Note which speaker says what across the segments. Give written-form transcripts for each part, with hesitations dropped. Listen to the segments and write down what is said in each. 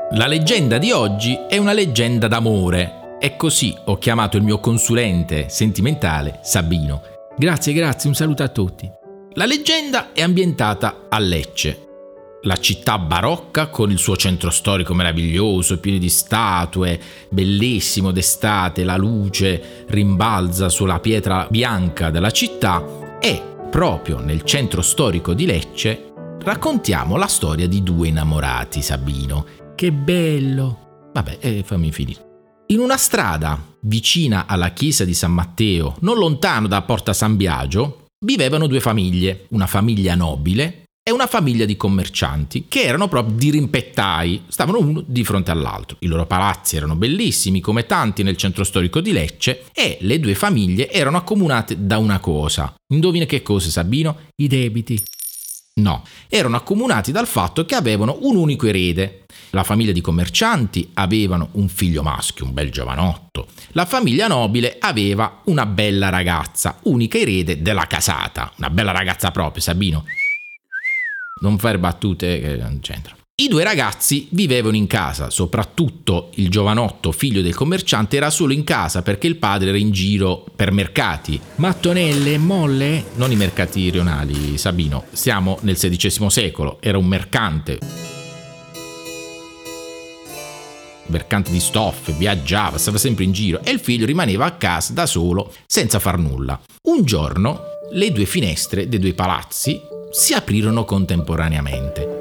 Speaker 1: La leggenda di oggi è una leggenda d'amore e così ho chiamato il mio consulente sentimentale Sabino.
Speaker 2: Grazie, un saluto a tutti.
Speaker 1: La leggenda è ambientata a Lecce, la città barocca con il suo centro storico meraviglioso, pieno di statue, bellissimo d'estate, la luce rimbalza sulla pietra bianca della città e proprio nel centro storico di Lecce raccontiamo la storia di due innamorati, Sabino.
Speaker 2: Che bello!
Speaker 1: Vabbè, fammi finire. In una strada vicina alla chiesa di San Matteo, non lontano da Porta San Biagio, vivevano due famiglie, una famiglia nobile e una famiglia di commercianti che erano proprio dirimpettai, stavano uno di fronte all'altro. I loro palazzi erano bellissimi come tanti nel centro storico di Lecce e le due famiglie erano accomunate da una cosa. Indovina che cosa, Sabino?
Speaker 2: I debiti.
Speaker 1: No, erano accomunati dal fatto che avevano un unico erede. La famiglia di commercianti avevano un figlio maschio, un bel giovanotto. La famiglia nobile aveva una bella ragazza, unica erede della casata. Una bella ragazza proprio, Sabino. Non fare battute che non c'entrano. I due ragazzi vivevano in casa, soprattutto il giovanotto, figlio del commerciante, era solo in casa perché il padre era in giro per mercati.
Speaker 2: Mattonelle, molle?
Speaker 1: Non i mercati rionali, Sabino. Siamo nel XVI secolo, era un mercante di stoffe, viaggiava, stava sempre in giro e il figlio rimaneva a casa da solo senza far nulla. Un giorno le due finestre dei due palazzi si aprirono contemporaneamente.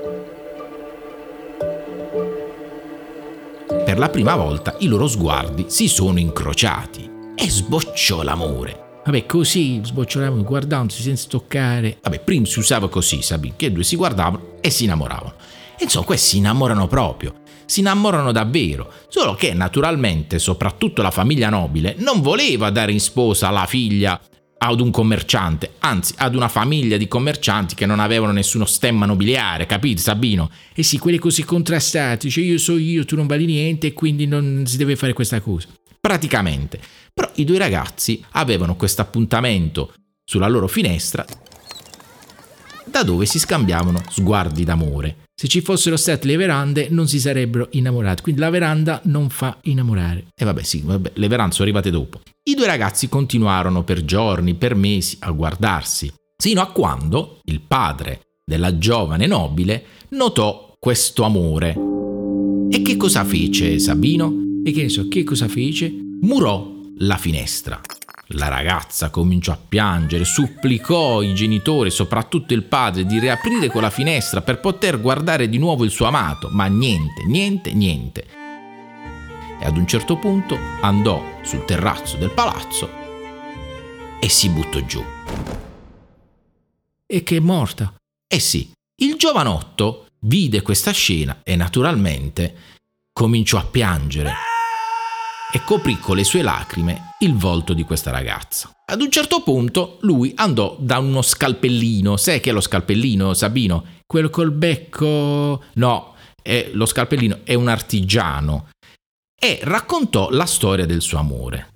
Speaker 1: Per la prima volta i loro sguardi si sono incrociati e sbocciò l'amore.
Speaker 2: Vabbè, così sbocciolavano guardandosi senza toccare.
Speaker 1: Vabbè, prima si usava così, Sabino, che due si guardavano e si innamoravano. E insomma, questi si innamorano proprio. Si innamorano davvero, solo che naturalmente, soprattutto la famiglia nobile, non voleva dare in sposa la figlia ad un commerciante, anzi ad una famiglia di commercianti che non avevano nessuno stemma nobiliare, capito, Sabino?
Speaker 2: E sì, quelli così contrastati, cioè io so io, tu non vali niente e quindi non si deve fare questa cosa.
Speaker 1: Praticamente. Però i due ragazzi avevano questo appuntamento sulla loro finestra da dove si scambiavano sguardi d'amore.
Speaker 2: Se ci fossero state le verande non si sarebbero innamorati, quindi la veranda non fa innamorare.
Speaker 1: E vabbè, le verande sono arrivate dopo. I due ragazzi continuarono per giorni, per mesi a guardarsi, sino a quando il padre della giovane nobile notò questo amore. E che cosa fece, Sabino?
Speaker 2: E che ne so, che cosa fece?
Speaker 1: Murò la finestra. La ragazza cominciò a piangere, supplicò i genitori, soprattutto il padre, di riaprire quella finestra per poter guardare di nuovo il suo amato, ma niente. E ad un certo punto andò sul terrazzo del palazzo e si buttò giù.
Speaker 2: E che è morta?
Speaker 1: Eh sì, il giovanotto vide questa scena e naturalmente cominciò a piangere e coprì con le sue lacrime il volto di questa ragazza. Ad un certo punto lui andò da uno scalpellino. Sai che è lo scalpellino, Sabino?
Speaker 2: Quello col becco?
Speaker 1: No, lo scalpellino è un artigiano. E raccontò la storia del suo amore.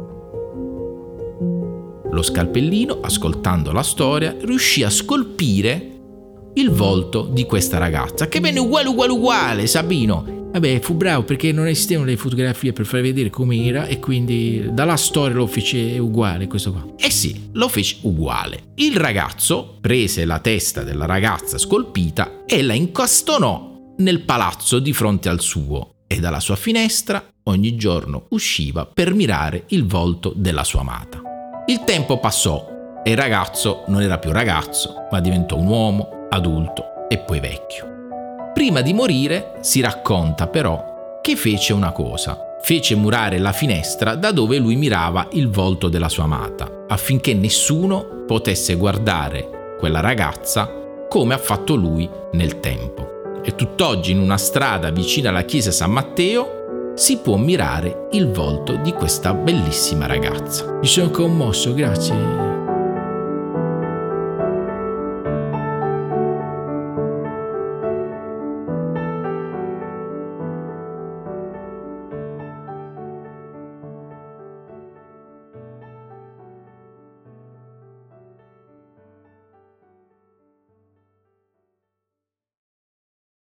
Speaker 1: Lo scalpellino, ascoltando la storia, riuscì a scolpire il volto di questa ragazza, che venne uguale, Sabino.
Speaker 2: Vabbè, fu bravo perché non esistevano le fotografie per far vedere com'era e quindi dalla storia lo fece uguale questo qua.
Speaker 1: Eh sì, lo fece uguale. Il ragazzo prese la testa della ragazza scolpita e la incastonò nel palazzo di fronte al suo e dalla sua finestra ogni giorno usciva per mirare il volto della sua amata. Il tempo passò e il ragazzo non era più ragazzo, ma diventò un uomo adulto e poi vecchio. Prima di morire si racconta però che fece una cosa. Fece murare la finestra da dove lui mirava il volto della sua amata, affinché nessuno potesse guardare quella ragazza come ha fatto lui nel tempo. E tutt'oggi in una strada vicina alla chiesa San Matteo si può mirare il volto di questa bellissima ragazza.
Speaker 2: Mi sono commosso, grazie.